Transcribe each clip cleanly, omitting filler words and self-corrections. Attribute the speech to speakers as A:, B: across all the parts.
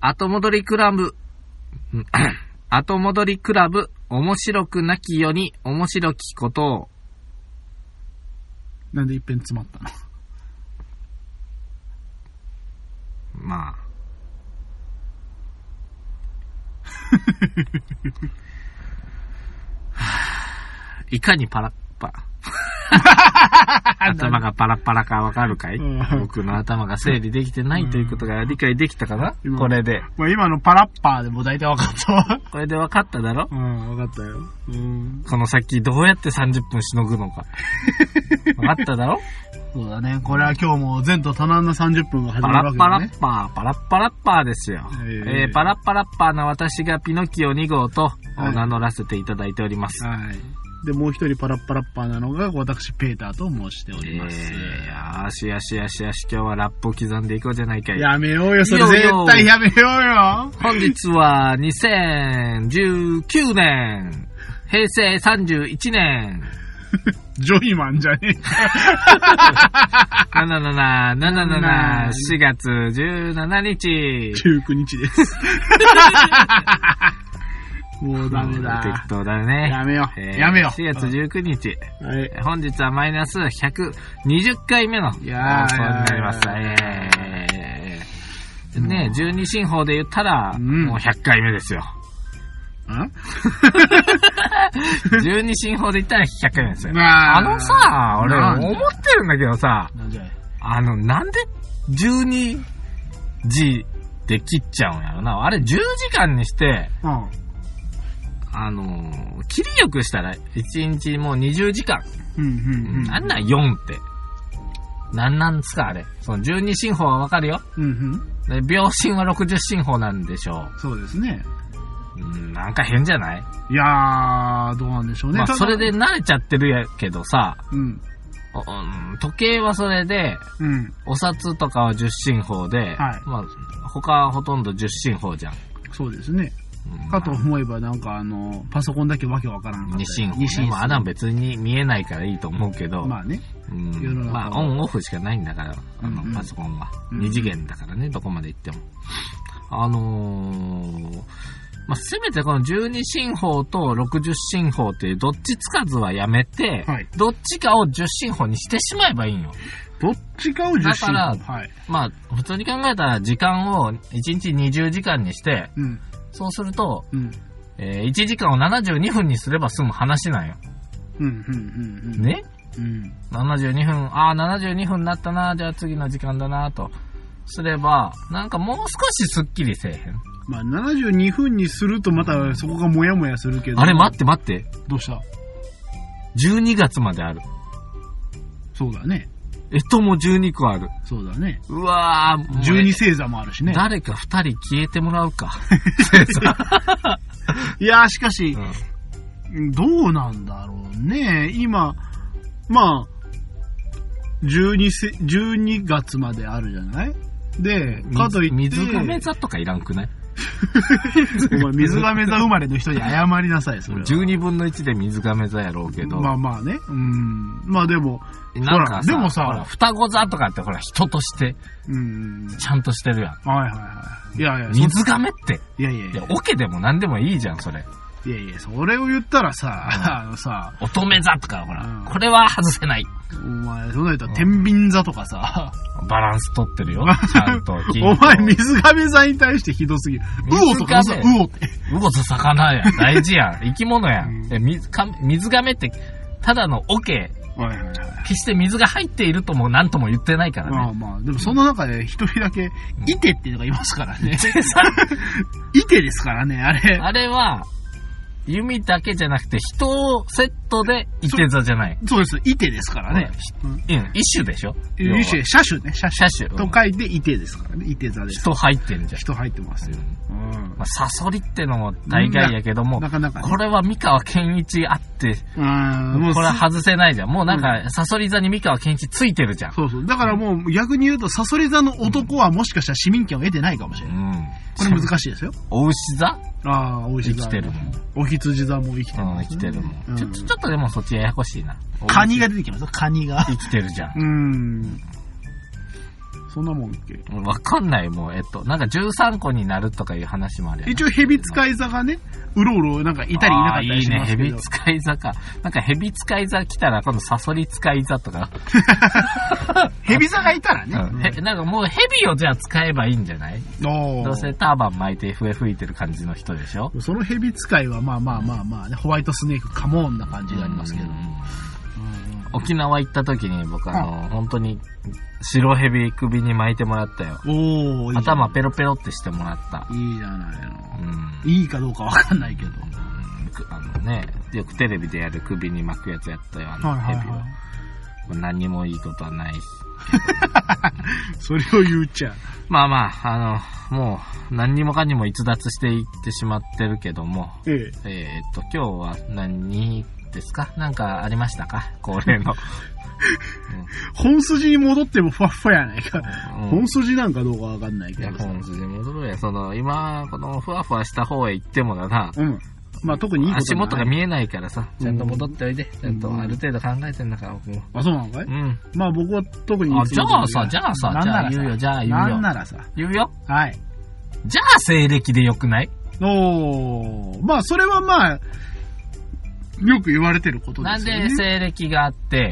A: 後戻りクラブ、後戻りクラブ、面白くなきよに面白きことを。
B: なんで一遍詰まったの？
A: まあ。いかにパラッパ。頭がパラッパラかわかるかい？僕の頭が整理できてないということが理解できたかな？これで。
B: まあ、今のパラッパーでも大体わかったわ。
A: これでわかっただろ？
B: わかったよ。
A: この先どうやって30分しのぐのか。わかっただろ？
B: そうだね。これは今日も前途多難な30分が始まるわけだね。
A: パラッパラッパー、パラッパラッパーですよ。パラッパラッパーな私がピノキオ2号と名乗らせていただいております。
B: はい。で、もう一人パラッパラッパーなのが私ペーターと申しております。
A: よし、今日はラップを刻んでいこうじゃないかい。
B: やめようよ、それ絶対やめようよ。
A: 本日は2019年、平成31年。
B: ジョイマンじゃねえか。
A: 4月17日。
B: 19日です。もうダメだ。
A: 適当だね。
B: やめよう。やめよう。
A: 4月19日。
B: はい。
A: 本日はマイナス120回目の放送になります。ね、12進法で言ったら、もう100回目ですよ。12進法で言ったら100回目ですよ。さ、俺思ってるんだけどさ、なんで12時で切っちゃうんやろな。あれ10時間にして、切りよくしたら1日もう20時間。なんだ4って。なんですかあれ。その12進法はわかるよ。秒針は60進法なんでしょう。
B: そうですね。
A: なんか変じゃない？
B: いやー、どうなんでしょうね。
A: まあ、それで慣れちゃってるやけどさ、時計はそれで、お札とかは10進法で、まあ、他はほとんど10進法じゃん。
B: そうですね。かと思えばなんかパソコンだけわけわからんかった。
A: 2進法。2進法。あんなん別に見えないからいいと思うけど。
B: まあね。
A: まあオンオフしかないんだから、パソコンは。2次元だからね、どこまで行っても。まあ、せめてこの12進法と60進法っていうどっちつかずはやめて、どっちかを10進法にしてしまえばいいんよ。
B: どっちかを10進法。だから、
A: まあ、普通に考えたら時間を1日20時間にして、そうすると、1時間を72分にすれば済む話なんよ。ね？72分、72分になったな、じゃあ次の時間だな、と。すれば、なんかもう少しスッキリせえへん？
B: まあ、72分にするとまたそこがモヤモヤするけど。
A: あれ、待って。
B: どうした？
A: 12 月まである。
B: そうだね。
A: も12個ある。
B: そうだね。
A: うわぁ、
B: 12星座もあるしね。
A: 誰か2人消えてもらうか。
B: いやー、しかし、どうなんだろうね。今、まあ、12月まであるじゃない？で、かといって。
A: 水亀座とかいらんくない？
B: お前、水亀座生まれの人に謝りなさい、それは。
A: 12分の1で水亀座やろうけど。
B: まあまあね。まあでも、
A: なんかさ、
B: でもさ、
A: 双子座とかってほら、人として、ちゃんとしてるやん。
B: いや、
A: 水亀って。
B: いや。
A: オケでも何でもいいじゃん、それ。
B: いや、それを言ったらさ、
A: 乙女座とかほら、これは外せない。
B: お前、そんな言ったら天秤座とかさ、
A: バランス取ってるよ、ちゃんと。
B: お前、水亀座に対してひどすぎる。ウオとかさ、ウオって。
A: ウオと魚やん。大事やん。生き物やん。水亀って、ただのオケ。決して水が入っているとも何とも言ってないからね。
B: まあ、でもその中で一人だけ、イテっていうのがいますからね。イテですからね、あれ。
A: あれは、弓だけじゃなくて人をセットでイテ座じゃない。
B: そうです。イテですからね。
A: 一種でしょ？
B: 一種、車種ね。車種。と書いてイテですからね。イテ座です。
A: 人入ってんじゃん。
B: 人入ってますよ。
A: サソリってのも大概やけども、これは三河健一あって、これは外せないじゃん。もうなんか、サソリ座に三河健一ついてるじゃん。
B: そう。だからもう逆に言うと、サソリ座の男はもしかしたら市民権を得てないかもしれない。これ難しいですよ。
A: お牛座？
B: お牛座。
A: 生きてるもん。
B: お羊座も生きてる。
A: 生きてるもん。ちょっとでもそっちややこしいな。
B: カニが出てきますよ、カニが。
A: 生きてるじゃん。
B: そんなもんっけ？
A: わかんない、もう、なんか13個になるとかいう話もあるやん。
B: 一応蛇使い座がね、うろうろなんかいたりいなかったりしますけど。
A: いいね、蛇使い座か。なんか蛇使い座来たら今度サソリ使い座とか。
B: 蛇座がいたらね。
A: なんかもう蛇をじゃあ使えばいいんじゃない？どうせターバン巻いて笛吹いてる感じの人でしょ？
B: その蛇使いはまあね、ホワイトスネークカモーンな感じがありますけど。
A: 沖縄行った時に僕本当に白蛇首に巻いてもらったよ。頭ペロペロってしてもらった。
B: いいじゃないの。いいかどうかわかんないけど。
A: ね、よくテレビでやる首に巻くやつやったよ、蛇を。何にもいいことはないし。
B: それを言うちゃう。
A: まあ、もう何にもかにも逸脱していってしまってるけども。今日は何ですか？なんかありましたか？恒例の。
B: 本筋に戻ってもふわっふわやないか。本筋なんかどうかわかんないけど。
A: 本筋に戻るや。今、このふわふわした方へ行ってもだな。
B: まあ特にいいこと
A: 足元が見えないからさ、ちゃんと戻っておいで。ちゃんとある程度考えてんだから、僕も。
B: あ、そうなのかい？まあ僕は特にいい
A: じゃあ言うよ。
B: なんならさ。
A: 言うよ。
B: はい。
A: じゃあ西暦でよくない？
B: まあそれはまあ、よく言われてることですよね。
A: なんで西暦があって、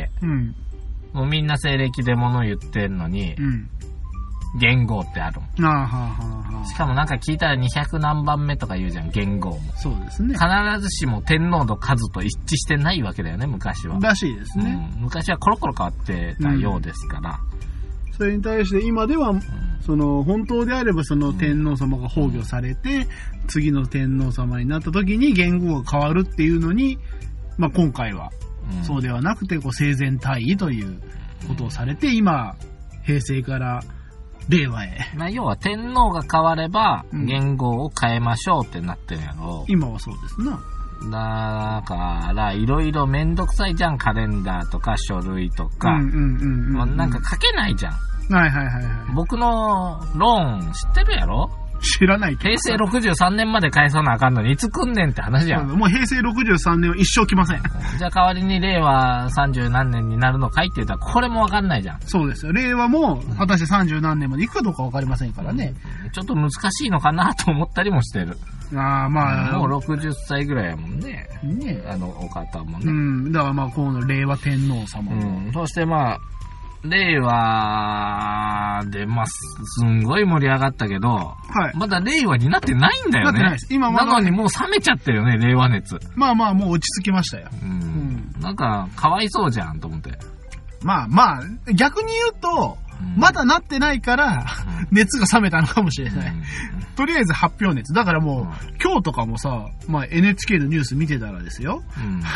A: もうみんな西暦で物言ってんのに、元号ってあるもん。しかもなんか聞いたら200何番目とか言うじゃん、元号も。
B: そうですね。
A: 必ずしも天皇の数と一致してないわけだよね、昔は。
B: らしいですね。
A: 昔はコロコロ変わってたようですから。
B: それに対して今では、本当であればその天皇様が崩御されて、次の天皇様になった時に元号が変わるっていうのに、まあ今回は、そうではなくて、生前退位ということをされて、今、平成から令和へ。
A: まあ要は天皇が変われば、元号を変えましょうってなってるやろ。
B: 今はそうですな。
A: だから、いろいろめんどくさいじゃん、カレンダーとか書類とか。なんか書けないじゃん。僕のローン知ってるやろ？
B: 知らないけど。
A: 平成63年まで返さなあかんのにいつ来んねんって話じゃん。
B: もう平成63年は一生来ません。
A: じゃあ代わりに令和30何年になるのかいって言ったらこれもわかんないじゃん。
B: そうですよ。令和も果たして30何年まで行くかどうかわかりませんからね。
A: ちょっと難しいのかなと思ったりもしてる。
B: まあ。
A: もう60歳ぐらいやもんね。お方もね。
B: だからまあこの令和天皇様も。
A: そしてまあ、令和で、まあ、すんごい盛り上がったけど、まだ令和になってないんだよね。
B: なってないです。今
A: なのにもう冷めちゃってるよね、令和熱。
B: まあもう落ち着きましたよ。
A: なんか、かわいそうじゃんと思って。
B: まあ、逆に言うと、まだなってないから、熱が冷めたのかもしれない。とりあえず発表熱。だからもう、今日とかもさ、まあ NHK のニュース見てたらですよ。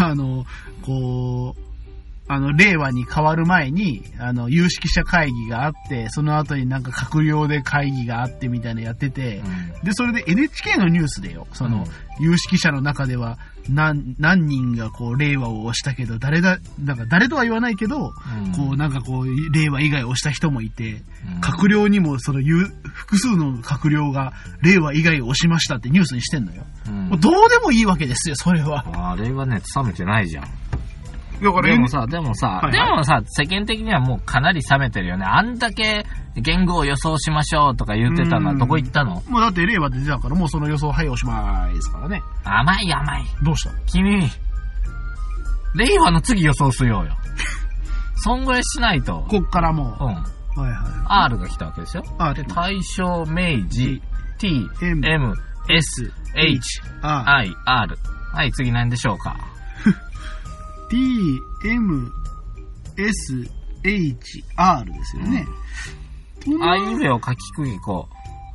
B: 令和に変わる前に、有識者会議があって、その後になんか閣僚で会議があってみたいなやってて、で、それで NHK のニュースでよ、有識者の中では、何人が令和を推したけど、誰とは言わないけど、令和以外推した人もいて、閣僚にも複数の閣僚が令和以外を推しましたってニュースにしてんのよ。もうどうでもいいわけですよ、それは。
A: 令和ね、冷めてないじゃん。でもさ、世間的にはもうかなり冷めてるよね。あんだけ元号を予想しましょうとか言ってたのはどこ行ったの？
B: もうだって令和で出たからもうその予想おしまいですからね。
A: 甘い。
B: どうした？
A: 君、令和の次予想しようよ。そんぐらいしないと。
B: こっからもう。
A: R が来たわけでしょ？で、大正、明治、T、M、S、H、I、R。はい、次何でしょうか？
B: T, M, S, H, R ですよね。
A: あいうえを書きくぎこ。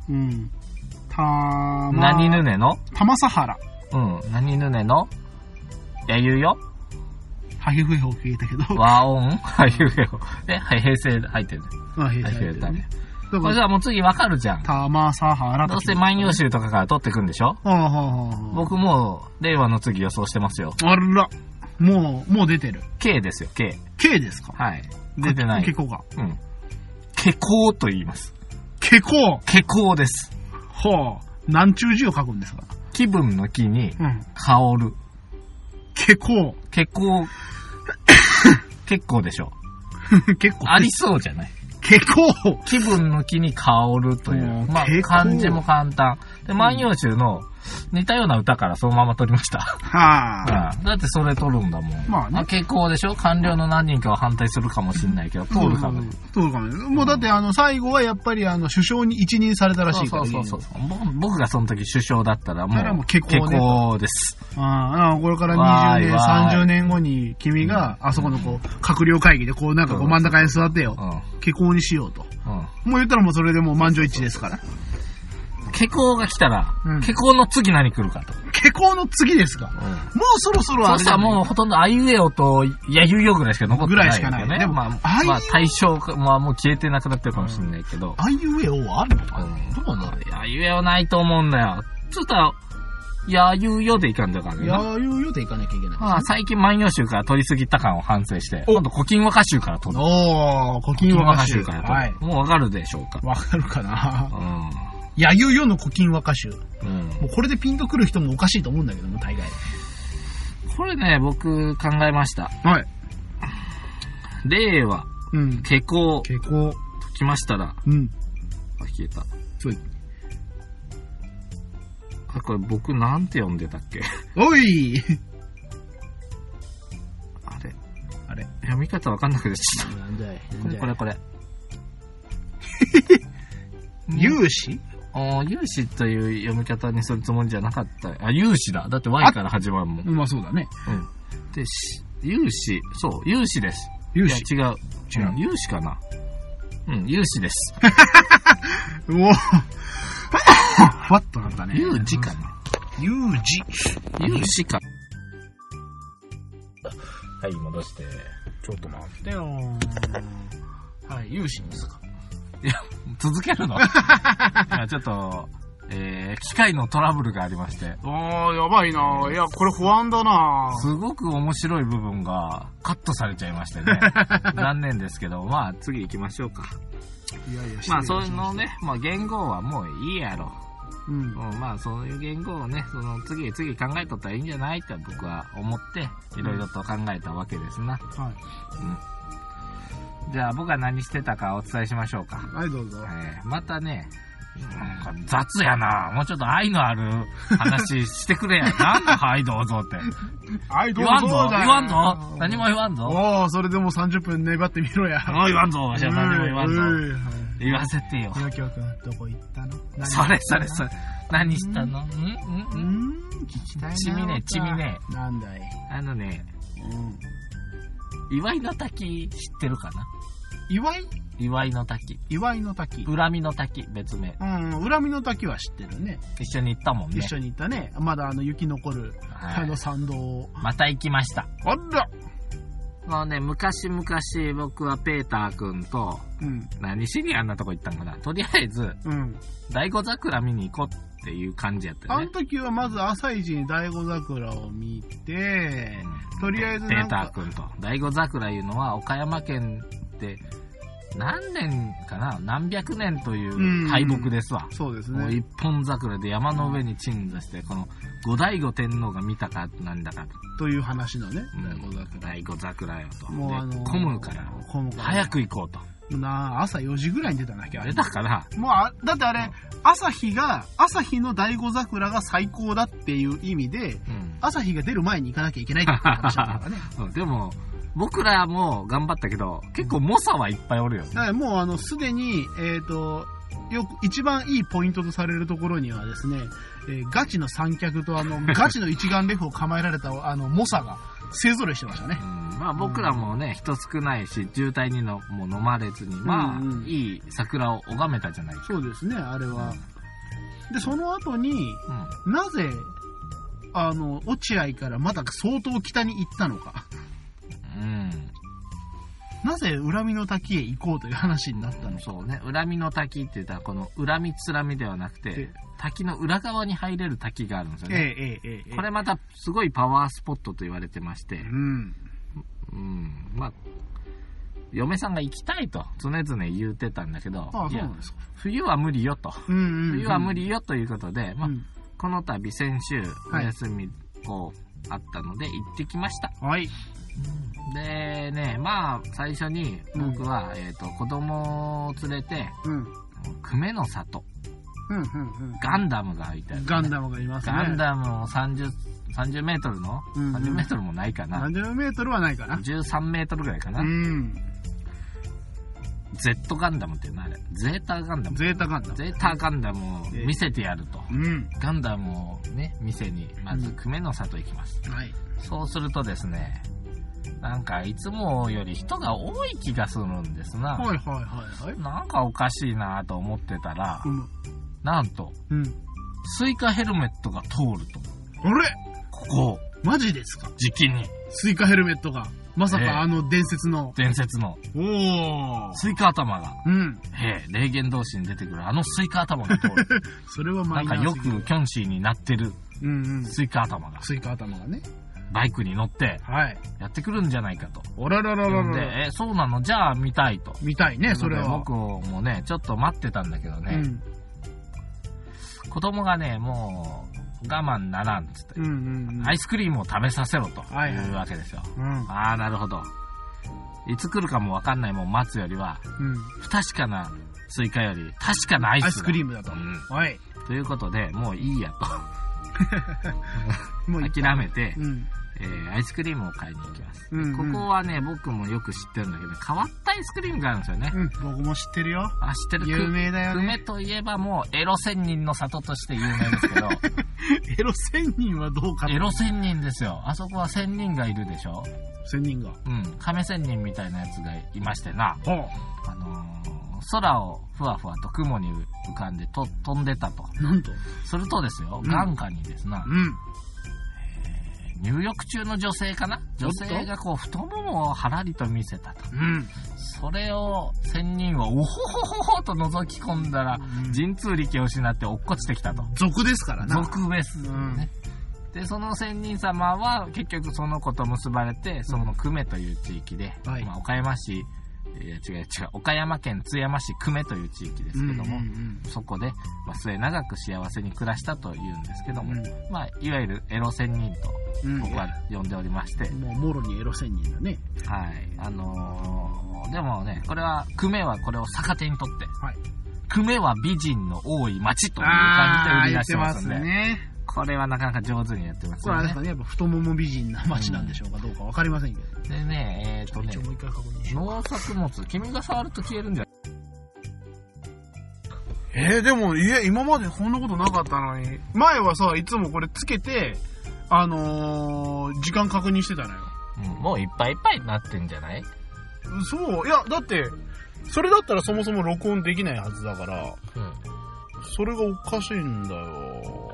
A: 何ぬねの？
B: 玉佐原。
A: 何ぬねの？やゆよ。
B: はひふへほ聞いたけど。
A: 和音はひふへほ。平成入ってる。
B: 平成入ってるね。
A: これじゃあもう次わかるじゃん。
B: 玉佐原。
A: どうせ万葉集とかから取ってくんでしょ？僕もう令和の次予想してますよ。
B: あら。もう出てる。
A: K ですよ、K。
B: K ですか？
A: はい。出てない。
B: ケコが。
A: ケコーと言います。
B: ケコ
A: です。
B: 何中字を書くんですか？
A: 気分の気に、香る。
B: ケコ
A: 結構でしょ。
B: 結構。
A: ありそうじゃない？
B: 気候
A: 気分の気に香るという。まあ、漢字も簡単。で、万葉集の似たような歌からそのまま取りました。はあ。だってそれ取るんだもん。まあね。気候でしょ？官僚の何人かは反対するかもしれないけど、通るかも。
B: 通るかも。もうだって最後はやっぱり首相に一任されたらしいから。
A: そう。僕がその時首相だったらもう気候です。
B: ああ、これから20年、30年後に君が、あそこの閣僚会議でなんか真ん中に座ってよ。気候にしようと。もう言ったらもうそれでもう満場一致ですから。
A: 気候が来たら、気候の次何来るかと。
B: 気候の次ですか、もうそろそろ
A: あれ。そうしたらもうほとんどあいうえおとやゆよぐらいしか残ってない、ね。ぐらいしかない。でもまあ対象はもう消えてなくなってるかもしれないけど。
B: あいうえおはあるのかな、どうなの？
A: あいうえおないと思うんだよ。ちょっと、やゆよでいかんだからね。
B: やゆよでいかなきゃいけない。
A: まあ最近万葉集から取りすぎた感を反省して、今度古今和歌集から取る。
B: 古今和歌集
A: から取る。もうわかるでしょうか。
B: わかるかな。やゆよの古今和歌集。もうこれでピンとくる人もおかしいと思うんだけども、大概。こ
A: れね、僕考えました。
B: はい。
A: 令和、気候、
B: と
A: きましたら、あ、消えた。これ僕なんて読んでたっけ？
B: おい
A: あれ読み方わかんなくなっちゃった。
B: なんだい
A: これ。
B: 有志？
A: 有志という読み方にするつもりじゃなかった。あ、有志だ。だって Y から始まるもん。
B: まあそうだね。
A: で、有志。そう、有志です。
B: 有志？
A: 違う。有志かな。有志です。
B: もう、ふわっとなったね。
A: 有志かな。
B: 有
A: 志か。はい、戻して。
B: ちょっと待ってよ。はい、有志ですか。
A: いや、続けるの今ちょっと、機械のトラブルがありまして。
B: やばいな。いや、これ不安だな。
A: すごく面白い部分がカットされちゃいましてね。残念ですけど、まあ次行きましょうか。
B: いや
A: まあそういうのね、まあ言語はもういいやろ。まあそういう言語をね、その次考えとったらいいんじゃないって僕は思って、いろいろと考えたわけですな。じゃあ僕は何してたかお伝えしましょうか。
B: はい、どうぞ。
A: またね、なんか雑やな。もうちょっと愛のある話してくれや。なんだ、はい、どうぞって。
B: はい、どうぞ。
A: 言わんぞ。何も言わんぞ。
B: それでも30分粘ってみろや。
A: 言わんぞ。何も言わんぞ。言わせてよ。
B: ひろきょうくん、どこ行ったの？
A: それ。何したの？
B: 聞きたいな。
A: ちみね。
B: なんだい。
A: 祝いの滝知ってるかな？祝いの滝。恨みの滝、別名。
B: 恨みの滝は知ってるね。
A: 一緒に行ったもんね。
B: 一緒に行ったね。まだ雪残る、参道を。
A: また行きました。
B: あら！
A: もうね、昔僕はペーターくんと、何しにあんなとこ行ったんかな。とりあえず、醍醐桜見に行こうっていう感じやったよね。
B: あの時はまず朝一に醍醐桜を見て、とりあえず
A: ペーターくんと。醍醐桜いうのは岡山県って何年かな、何百年という大木ですわ。
B: そうですね。
A: もう一本桜で山の上に鎮座して、この後醍醐天皇が見たかなんだか
B: という話のね。
A: 醍醐桜よと。もう混むから早く行こうと。
B: 朝4時ぐらいに出たなきゃ。
A: 出たから。
B: もうだってあれ、朝日の醍醐桜が最高だっていう意味で、朝日が出る前に行かなきゃいけないって話だからね。
A: でも、僕らも頑張ったけど、結構猛者はいっぱいおるよ。
B: もうすでに、よく一番いいポイントとされるところにはですね、ガチの三脚とガチの一眼レフを構えられた猛者が勢ぞろいしてましたね。
A: まあ僕らもね、人少ないし、渋滞にも飲まれずに、まあ、いい桜を拝めたじゃないか。
B: そうですね、あれは。で、その後に、なぜ、落合からまだ相当北に行ったのか。なぜ恨みの滝へ行こうという話になったのか。
A: そうね、恨みの滝って言ったら、この恨みつらみではなくて、滝の裏側に入れる滝があるんですよね。これまたすごいパワースポットと言われてまして、まあ、嫁さんが行きたいと常々言うてたんだけど、いや、冬は無理よと。冬は無理よということで、まあ、この度先週お休みあったので行ってきました。 でね、まあ、最初に僕は、子供を連れて、久米の里、ガンダムがいた、ね。
B: ガンダムがいますね。
A: ガンダムを30メートルの、30メートルもないかな。
B: 30メートルはないかな。
A: 13メートルぐらいかな。Z ガンダムっていうのあれ。ゼータガンダム。
B: ゼータガンダム
A: を見せてやると。ガンダムをね、店に、まず久米の里行きます。そうするとですね、なんかいつもより人が多い気がするんですな。なんかおかしいなと思ってたら、なんと、スイカヘルメットが通ると。
B: あれ？
A: ここ。
B: マジですか？
A: 時期に。
B: スイカヘルメットが。まさか伝説の。スイカ頭が。霊言同士に出てくるスイカ頭が通る。 それはマイナー。
A: なんかよくキョンシーになってる。スイカ頭が。
B: ね。
A: バイクに乗って、やってくるんじゃないかと。で、そうなの？じゃあ見たいと。
B: 見たいね、それは。
A: 僕もね、ちょっと待ってたんだけどね。子供がね、もう、我慢ならんっつって、アイスクリームを食べさせろというわけですよ。ああ、なるほど。いつ来るかもわかんないもん待つよりは、不確かなスイカより確かなアイス
B: クリームだと。
A: ということで、もういいやと。諦めて、アイスクリームを買いに行きます。ここはね、僕もよく知ってるんだけど、変わったアイスクリームがあるんですよね。
B: 僕も知ってるよ。
A: 知ってる。
B: 有名だよね。
A: 久米といえばもうエロ仙人の里として有名ですけど。
B: エロ仙人はどうかな？
A: エロ仙人ですよ。あそこは仙人がいるでしょ？
B: 仙人が。
A: 亀仙人みたいなやつがいましてな。空をふわふわと雲に浮かんで飛んでたと。
B: なんと。
A: するとですよ、眼下にですな、入浴中の女性かな？女性がこう太ももをはらりと見せたと。それを仙人はおほほほほと覗き込んだら、神通力を失って落っこちてきたと。
B: 俗ですからな。
A: 俗ですね。で、その仙人様は結局その子と結ばれて、その久米という地域で、岡山市、岡山県津山市久米という地域ですけども、そこで、末永く幸せに暮らしたというんですけども、いわゆるエロ仙人と僕は呼んでおりまして、
B: もうもろにエロ仙人だね。
A: でもね、これは久米はこれを逆手にとって、久米は美人の多い町という感じで売り出してますんで、これはなかなか上手にやってますよね。
B: これはですかね、やっぱ太もも美人な町なんでしょうかどうかわかりませんけど。
A: でね、農作物、君が触ると消えるんじゃ
B: ない？でも、今までこんなことなかったのに。前はさ、いつもこれつけて、時間確認してたのよ。
A: もういっぱいいっぱいになってんじゃない？
B: そう。いや、だって、それだったらそもそも録音できないはずだから、それがおかしいんだよ。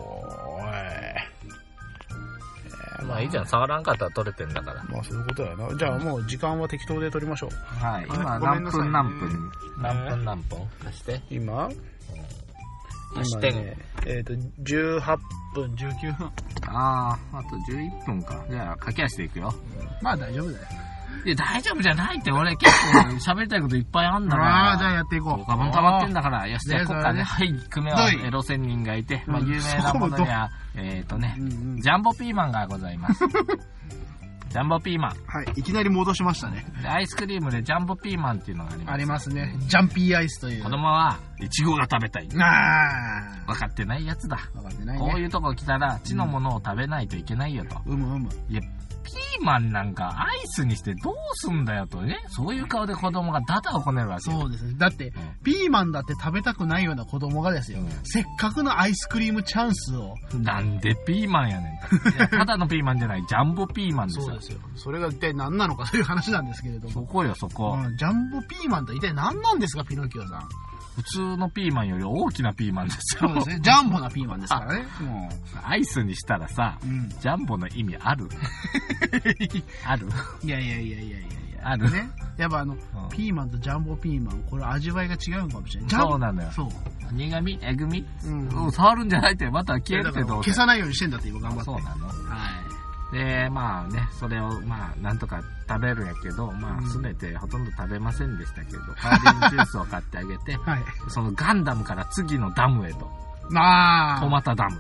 A: まあいいじゃん、触らんかったら撮れてんだから。
B: まあそういうことやな。じゃあもう時間は適当で撮りましょう。
A: 今何分何分貸して。
B: 今
A: ね、
B: 18分、19分。
A: あと11分か。じゃあ駆け足でいくよ。
B: まあ大丈夫だよ。
A: いや、大丈夫じゃないって。俺結構喋りたいこといっぱいあんだから。
B: じゃあやっていこう。
A: 5日分溜まってんだから。よし、じゃあこっからね。久米はエロ仙人がいて、有名なものには、ジャンボピーマンがございます。ジャンボピーマン。
B: いきなり戻しましたね。
A: アイスクリームでジャンボピーマンっていうのがあります。
B: ありますね。ジャンピーアイスという。
A: 子供は、イチゴが食べたい。分かってないやつだ。
B: 分かってないね。
A: こういうとこ来たら、地のものを食べないといけないよと。いや、ピーマンなんかアイスにしてどうすんだよとね。そういう顔で子供がダダをこねるわけよ。
B: そうですね。だって、ピーマンだって食べたくないような子供がですよ。せっかくのアイスクリームチャンスを。
A: なんでピーマンやねん。いや、ただのピーマンじゃない、ジャンボピーマンですよ。
B: そうですよ。それが一体何なのかという話なんですけれども。
A: そこよ、そこ。
B: ジャンボピーマンと一体何なんですか、ピノキオさん。
A: 普通のピーマンより大きなピーマンですよ。
B: そうですね。ジャンボなピーマンですからね。も
A: うアイスにしたらさ、ジャンボの意味あるある
B: いや。
A: ある
B: ね。やっぱピーマンとジャンボピーマン、これ味わいが違うかもしれない。
A: そうなのよ。
B: そう。
A: 苦味えぐみ触るんじゃないって、また消えるけど。
B: 消さないようにしてんだって今頑張って。
A: そうなの。で、まあね、それを、なんとか食べるんやけど、すべてほとんど食べませんでしたけど、代わりにジュースを買ってあげて、そのガンダムから次のダムへと。トマタダム。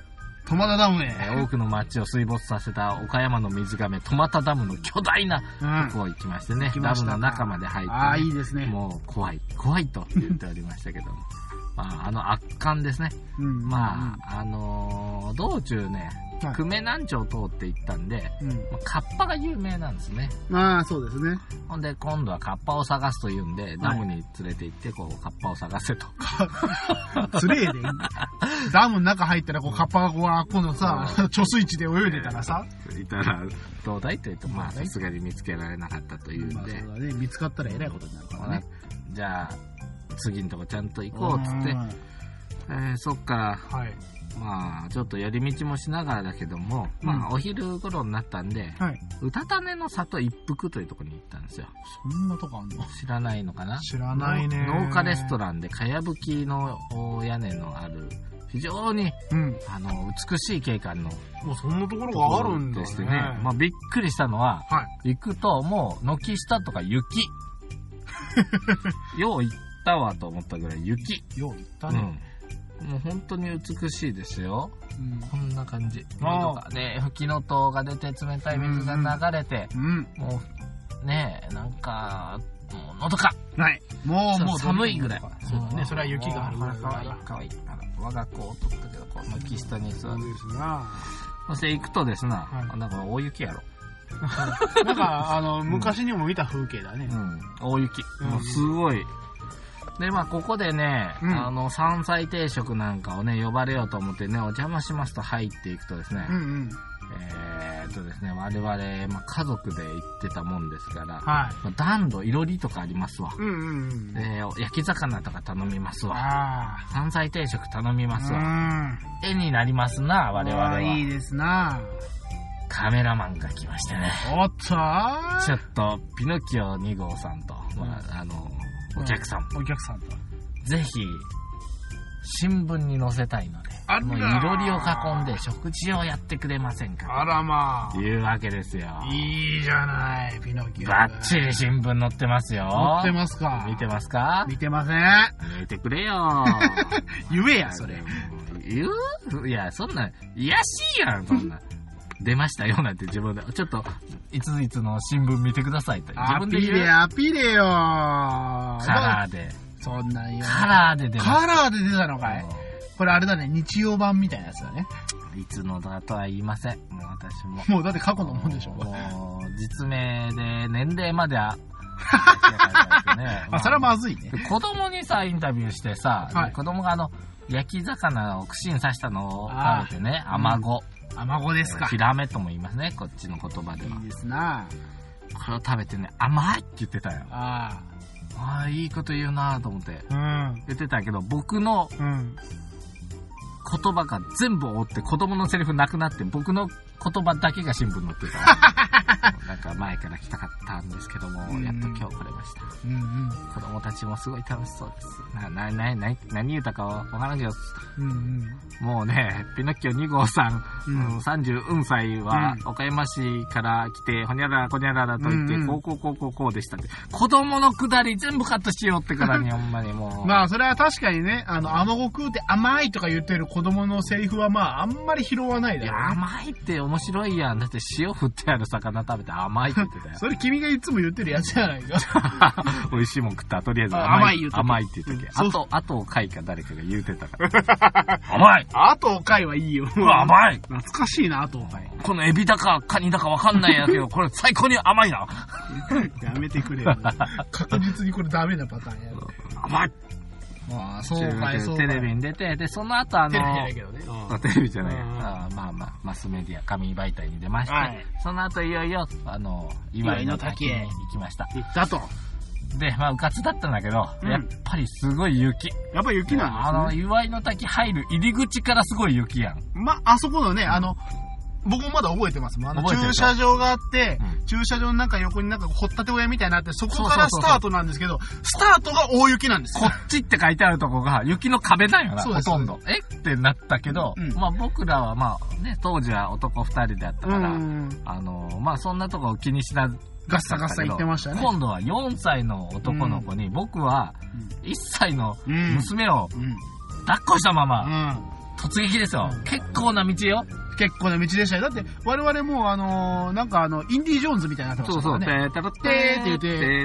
B: トマタダムへ。
A: 多くの町を水没させた岡山の水がめ、トマタダムの巨大なとこを行きましてね、ダムの中まで入って、ね、
B: いいですね。
A: もう怖いと言っておりましたけども。まあ、圧巻ですね。まあ、道中ね、久米南町を通って行ったんで、カッパが有名なんですね。
B: まあ、そうですね。
A: ほんで、今度はカッパを探すというんで、ダムに連れて行って、こう、カッパを探せと。
B: つれえでいい。ダムの中入ったら、こう、カッパがこう、今度さ、貯水池で泳いでたらさ。
A: いたら、どうだいと言うと、まあ、さすがに見つけられなかったというんで。まあ、
B: そうだね。見つかったらえらいことになるからね。
A: じゃあ、次のとこちゃんと行こうっつって、そっから、まあ、ちょっと寄り道もしながらだけども、まあ、お昼頃になったんで、うたたねの里一服というところに行ったんですよ。
B: そんなとこあんの？
A: 知らないのかな？
B: 知らないね。
A: 農家レストランで、かやぶきの屋根のある、非常に、美しい景観の、
B: もうそんなところがあるんだ
A: ですね。まあ、びっくりしたのは、行くと、もう、軒下とか雪。よう行ったわと思ったぐらい雪。
B: よう行ったね。
A: もう本当に美しいですよ。こんな感じ。で、吹きの塔が出て冷たい水が流れて、もうね、なんか、もうのどか。
B: ない。もう
A: 寒いぐらい。
B: そうだね。それは雪があるぐらい。
A: かわいい。我が子を取ったけど、この木下に座る。そして行くとですな、なんか大雪やろ。
B: なんか、昔にも見た風景だね。
A: 大雪。もうすごい。で、まあ、ここでね、山菜定食なんかをね、呼ばれようと思ってね、お邪魔しますと入っていくとですね、ですね、我々、まあ、家族で行ってたもんですから、まあ、暖炉、いろりとかありますわ。で、焼き魚とか頼みますわ。山菜定食頼みますわ。絵になりますな、我々は。
B: いいですな。
A: カメラマンが来ましてね。
B: おっと
A: ちょっと、ピノキオ2号さんと、まあ、お客さんと。ぜひ、新聞に載せたいので、もういろりを囲んで食事をやってくれませんか
B: あらま
A: あ。いうわけですよ。
B: いいじゃない、ピノキオ。
A: バッチリ新聞載ってますよ。
B: 載ってますか？
A: 見てますか？
B: 見てません。
A: 見てくれよ。
B: 言えや、それ。
A: 言う？いや、そんな、いやしいやん、そんな。出ましたよなんて自分で、ちょっと、いついつの新聞見てくださいと。自分で言う。
B: アピレよ。
A: カラーで。
B: そんなんよ。
A: カラーで出ました。
B: カラーで出たのかい？これあれだね、日曜版みたいなやつだね。
A: いつのだとは言いません。もう私も。
B: もうだって過去のもんでしょ。
A: もう、実名で年齢までは、
B: それはまずいね。
A: 子供にさ、インタビューしてさ、子供が焼き魚を串に刺したのを食べてね、アマゴ。
B: アマゴですか。
A: ヒラメとも言いますね、こっちの言葉では。
B: いいですな。
A: これを食べてね、甘いって言ってたよ。ああ、いいこと言うなと思って。言ってたけど、僕の言葉が全部追って子供のセリフなくなって、僕の言葉だけが新聞載ってた。なんか前から来たかったんですけども、やっと今日来れました。子供たちもすごい楽しそうです。何言うたかわからんけど、もうね、ピノッキオ2号さん、34歳は岡山市から来て、ほにゃららこにゃららと言って、こうでしたって。子供のくだり全部カットしようってからに、ほんまにもう。
B: まあ、それは確かにね、アマゴ食うて甘いとか言ってる子供のセリフはまあ、あんまり拾わないだろうね。
A: いや、甘いって面白いやん。だって塩振ってある魚食べて甘いって言ってたよ。
B: それ君がいつも言ってるやつじゃないか。
A: 美味しいもん食ったらとりあえず
B: 甘い言うて
A: 甘いって言ったけ。あとかいか誰かが言うてたから。甘い
B: あとかいはいいよ。
A: 甘い
B: 懐かしいな、あとかい。
A: このエビだかカニだかわかんないやけど、これ最高に甘いな。
B: やめてくれよ。確実にこれダメなパターンやる。
A: 甘い
B: まあ、そうかい、そうかい。
A: テレビに出て、で、その後
B: テレビじゃないけどね。
A: テレビじゃない。まあ、マスメディア、紙媒体に出まして、その後いよいよ、岩井の滝へ行きました。
B: 行ったと。
A: で、まあ、うかつだったんだけど、やっぱりすごい雪。
B: やっぱ雪なんですね。
A: 岩井の滝入る入り口からすごい雪やん。
B: ま、あそこのね、僕もまだ覚えてますもん。駐車場があって、駐車場のなんか横になんか掘ったて小屋みたいになって、そこからスタートなんですけど、スタートが大雪なんです
A: よ。こっちって書いてあるとこが雪の壁なんよな、ほとんど。ってなったけど、まあ僕らはまあね、当時は男2人であったから、まあそんなとこ気にしな
B: ガッサガッサ言ってましたね。
A: 今度は4歳の男の子に、僕は1歳の娘を抱っこしたまま、 突撃ですよ。結構な道よ。
B: 結構な道でしたよ。だって、我々もなんかインディ・ジョーンズみたいになってましたからね。
A: そうそう、てーたらってーって言って、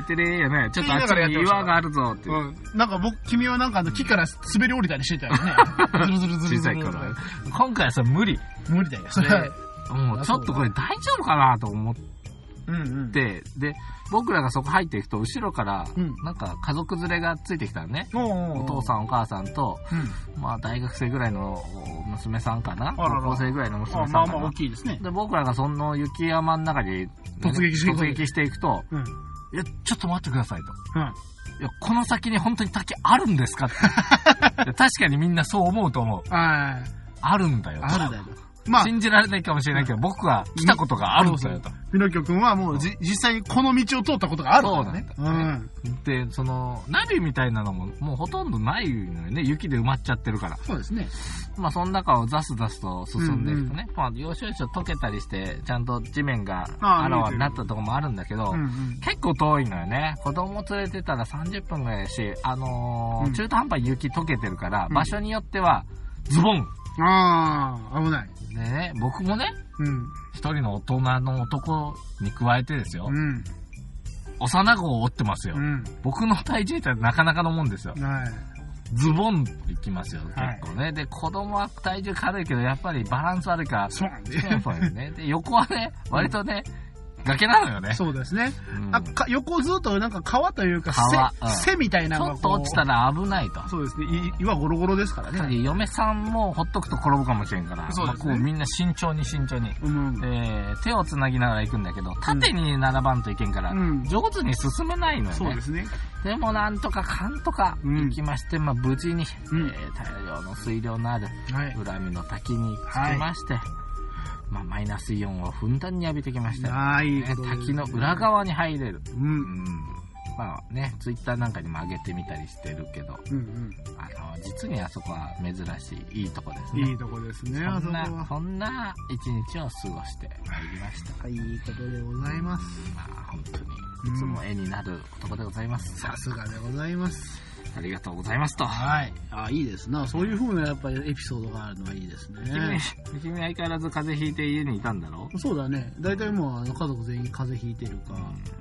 A: てーてれーやね。ちょっとあっちに岩があるぞって。
B: なんか君はなんか木から滑り降りたりしてたよね。ずるずるずるずる。
A: 小さい頃。今回はそれ無理
B: だよ。それ。
A: もうちょっとこれ大丈夫かなと思って。で、僕らがそこ入っていくと、後ろから、なんか家族連れがついてきたのね。お父さんお母さんと、まあ大学生ぐらいの娘さんかな、高校生ぐらいの娘さんかな。
B: まあまあ大きいですね。
A: で、僕らがその雪山の中に突撃していくと、いや、ちょっと待ってくださいと。いや、この先に本当に滝あるんですかって。確かにみんなそう思うと思う。あるんだよ。あるんだよ。まあ、信じられないかもしれないけど、僕は来たことがあるんだよと。
B: ピノキオ君はもう実際にこの道を通ったことがあるからね。
A: で、ナビみたいなのももうほとんどないのよね。雪で埋まっちゃってるから。
B: そうですね。
A: まあ、その中をザスザスと進んでいくとね、まあ、要所要所溶けたりして、ちゃんと地面があらわになったところもあるんだけど、結構遠いのよね。子供連れてたら30分ぐらいだし、中途半端に雪溶けてるから、場所によっては、ズボン。
B: 危ない。
A: でね、僕もね、一人の大人の男に加えてですよ、幼子を追ってますよ。僕の体重ってなかなかのもんですよ。ズボンいきますよ、結構ね。で、子供は体重軽いけど、やっぱりバランス悪いから、そうなんですね。で、横はね、割とね、崖なのよね。
B: そうですね。横ずっとなんか川というか背みたいなのが
A: ちょっと落ちたら危ないと。
B: そうですね。岩ゴロゴロですからね。
A: 嫁さんもほっとくと転ぶかもしれんから、こうみんな慎重に。手をつなぎながら行くんだけど、縦に並ばんといけんから、上手に進めないのよね。そうですね。でもなんとかかんとか行きまして、まあ無事に大量の水量のある裏見の滝に着きまして、まあ、マイナスイオンをふんだんに浴びてきましたよ。滝の裏側に入れる。まあね、ツイッターなんかにも上げてみたりしてるけど、実にあそこは珍しい、いいとこですね。
B: いいとこですね、
A: そんな一日を過ごしてまいりました。
B: いいことでございます。
A: まあ、本当に、いつも絵になる男でございます。
B: さすがでございます。
A: ありがとうございますと。
B: はい。いいですな。そういう風なやっぱりエピソードがあるのはいいですね。
A: 君相変わらず風邪ひいて家にいたんだろ？
B: そうだね。大体もう家族全員風邪ひいてるか。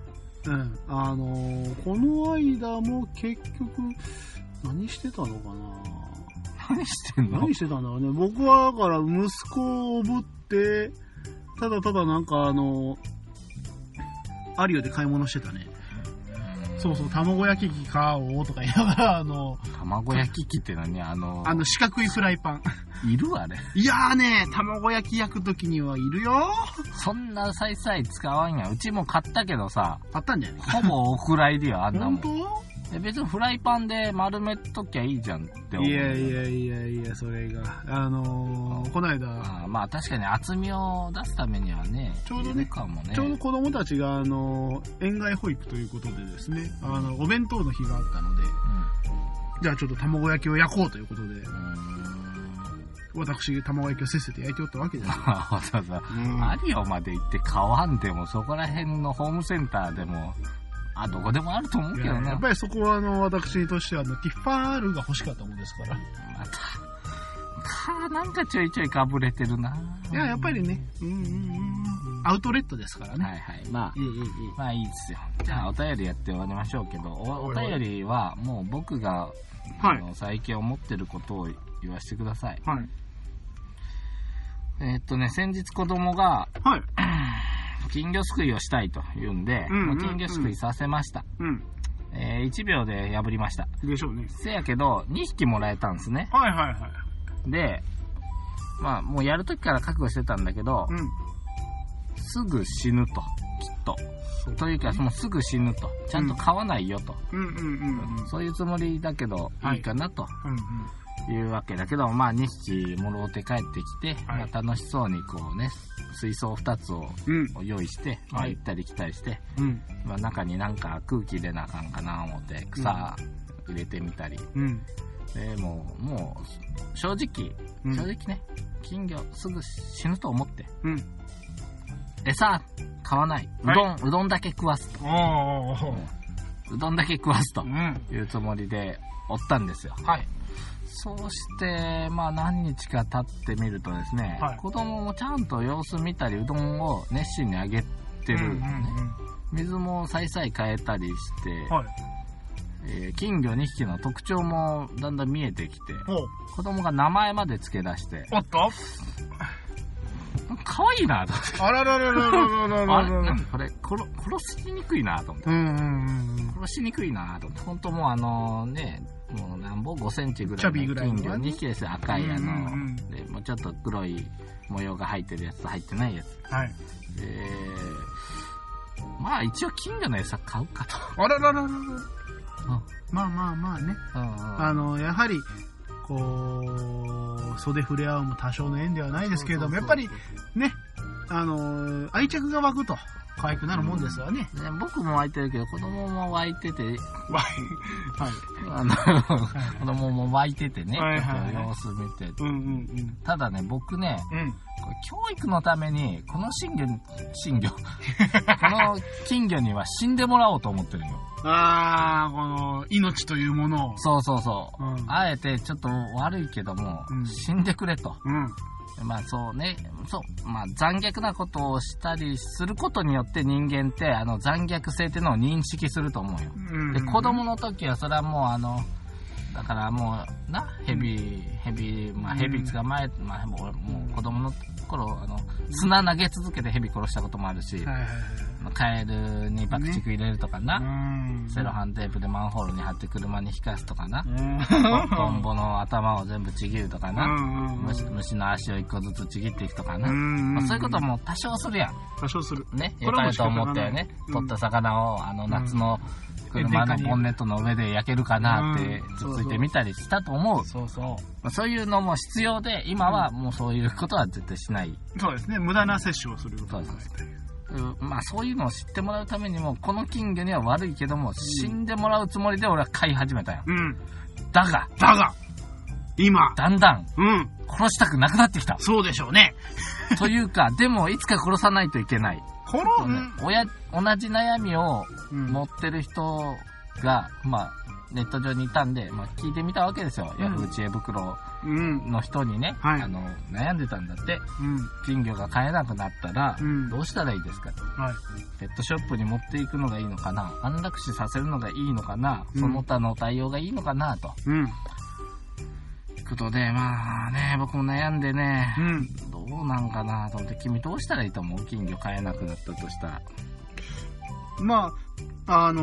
B: この間も結局、何してたのかな？
A: 何してんの？
B: 何してたんだろうね。僕はだから息子をおぶって、ただただなんかアリオで買い物してたね。そうそう、卵焼き器買おうとか言いながら、
A: 卵焼き器って何？
B: 四角いフライパン。
A: いるあれ。
B: いやーね、卵焼き焼くときにはいるよ。
A: そんなさい使わんや。うちも買ったけどさ。
B: 買ったんじゃない？
A: ほぼおフライでよ、あんなもん。
B: 本当？
A: 別にフライパンで丸めときゃいいじゃんって思う。
B: いや、それが。この間。
A: まあ確かに厚みを出すためにはね、
B: ちょうどね、ちょうど子供たちが園外保育ということでですね、お弁当の日があったので、じゃあちょっと卵焼きを焼こうということで、私、卵焼きをせっせと焼いておったわけですよ。
A: わざわざ、アリオまで行って買わんでも、そこら辺のホームセンターでも、どこでもあると思うけどな。
B: やっぱりそこは私としてはティファールが欲しかったもんですから。
A: また、なんかちょいちょいかぶれてるな。
B: いや、やっぱりね、アウトレットですからね。
A: はいはい。まあいいですよ。じゃあお便りやって終わりましょうけど、お便りはもう僕が、最近思ってることを言わせてください。はい。先日子供が、金魚すくいをしたいと言うんで、金魚すくいさせました。1秒で破りました。
B: でしょうね。
A: せやけど、2匹もらえたんですね。で、まあ、もうやるときから覚悟してたんだけど、すぐ死ぬと、きっと。というか、もうすぐ死ぬと。ちゃんと飼わないよと。そういうつもりだけど、いいかなと。いうわけだけど、まあ2匹もろうて帰ってきて、まあ、楽しそうにこうね、水槽2つを用意して、まあ行ったり来たりして、まあ中になんか空気入れなあかんかな思って草入れてみたり、でもう正直ね、金魚すぐ死ぬと思って、餌買わない、うどんだけ食わすと、うどんだけ食わすというつもりでおったんですよ。 そうして、まあ何日か経ってみるとですね、はい、子供もちゃんと様子見たり、うどんを熱心にあげてる、ね、水もさいさい変えたりして、はい、金魚2匹の特徴もだんだん見えてきて、子供が名前まで付け出して、
B: おっと
A: 可愛いなと思って。
B: あららららららら
A: あれなんかこれ殺しにくいなと思って。殺しにくいなと思って。本当もうね、もうなんぼ5センチぐらいの金魚2匹ですよ。赤いで、もうちょっと黒い模様が入ってるやつと入ってないやつ。はい。まあ一応金魚の餌買うかと。
B: あららららら。まあまあまあね。やはり、袖触れ合うも多少の縁ではないですけれども、やっぱりね、愛着が湧くと可愛くなるもんですわね。
A: 僕も湧いてるけど、子供も湧いてて、子供も湧いててね、様子見て。ただね、僕ね、教育のために、このこの金魚には死んでもらおうと思ってるよ。
B: この命というものを。
A: そうそうそう。あえてちょっと悪いけども、死んでくれと。まあそうね、まあ残虐なことをしたりすることによって人間って残虐性っていうのを認識すると思うよ。で、子供の時はそれはもうだからもうヘビ捕まえ、まあもう子供の頃砂投げ続けてヘビ殺したこともあるし、カエルに爆竹入れるとかな、セロハンテープでマンホールに貼って車に引かすとかな、トンボの頭を全部ちぎるとかな、虫の足を一個ずつちぎっていくとかな、そういうことも多少するやん。
B: 多少する。
A: ね、良かれと思ってね、取った魚を夏の車のボンネットの上で焼けるかなってつっついてみたりしたと思う。そういうのも必要で、今はもうそういうことは絶対しない。
B: そうですね、無駄な摂取をすることはない。
A: まあそういうのを知ってもらうためにも、この金魚には悪いけども、死んでもらうつもりで俺は飼い始めたよ。だが
B: 今
A: だんだん殺したくなくなってきた。
B: そうでしょうね。
A: というか、でもいつか殺さないといけない。同じ悩みを持ってる人が、まあネット上にいたんで、まあ聞いてみたわけですよ。ヤフー知恵袋の人にね、悩んでたんだって。金魚が飼えなくなったらどうしたらいいですかと。ペットショップに持っていくのがいいのかな、安楽死させるのがいいのかな、その他の対応がいいのかなと。ことで、まあね、僕も悩んでね、どうなんかなと思って、君どうしたらいいと思う？金魚飼えなくなったとしたら。
B: まあ、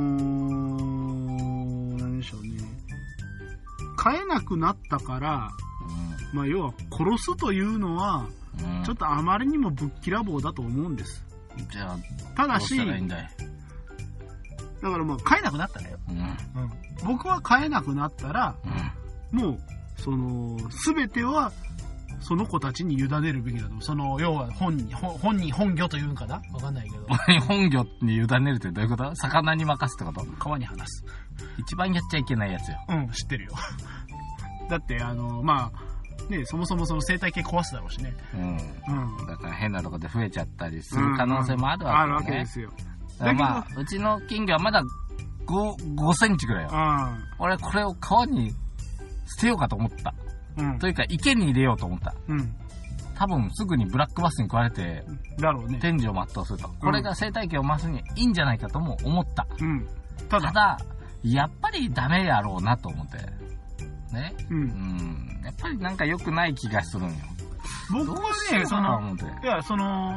B: 何でしょうね。飼えなくなったから、まあ要は殺すというのは、ちょっとあまりにもぶっきらぼうだと思うんです。
A: じゃあ、
B: ただし、
A: どうしたらいいんだい？
B: だからもう飼えなくなったらよ。僕は飼えなくなったら、もう、全ては、その子たちに委ねるべきだと。要は本魚というんかな？わかんないけど。
A: 本魚に委ねるってどういうこと？魚に任すってこと？
B: 川に放す。
A: 一番やっちゃいけないやつよ。
B: 知ってるよ。だって、まあ、ね、そもそもその生態系壊すだろうしね。
A: だから変なとこで増えちゃったりする可能性もあるわけね。あ
B: るわけですよ。
A: だからまあ、うちの金魚はまだ5センチぐらいよ。俺これを川に捨てようかと思った。というか池に入れようと思った。多分すぐにブラックバスに食われて、天寿を全うすると。これが生態系を増すにいいんじゃないかとも思った。ただ、やっぱりダメやろうなと思って。ね。やっぱりなんか良くない気がするんよ。
B: 僕はね、いや、その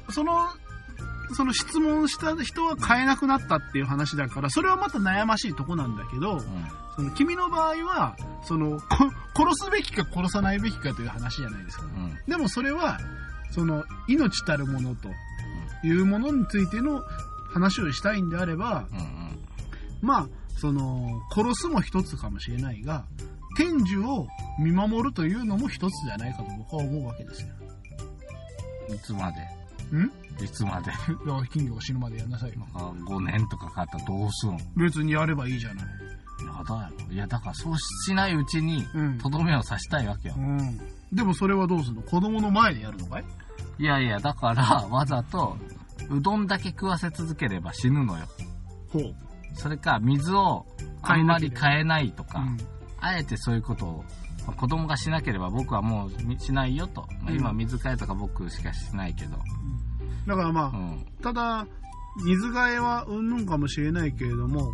B: 質問した人は飼えなくなったっていう話だから、それはまた悩ましいとこなんだけど、君の場合は、殺すべきか殺さないべきかという話じゃないですか。でもそれは、命たるものというものについての話をしたいんであれば、まあ、殺すも一つかもしれないが、天寿を見守るというのも一つじゃないかと僕は思うわけですよ。
A: いつまで？いつまで？
B: 金魚が死ぬまでやんなさいよ。
A: 5年とかかかったらどうすん？
B: 別にやればいいじゃない。
A: やだよ。いや、だからそうしないうちに、とどめを刺したいわけよ。
B: でもそれはどうするの？子供の前でやるのかい？
A: いやいや、だから、わざと、うどんだけ食わせ続ければ死ぬのよ。それか、水をあんまり変えないとか、 あえてそういうことを、子供がしなければ僕はもうしないよと。今水替えとか僕しかしないけど。
B: だからまあ、ただ、水替えはうんぬんかもしれないけれども、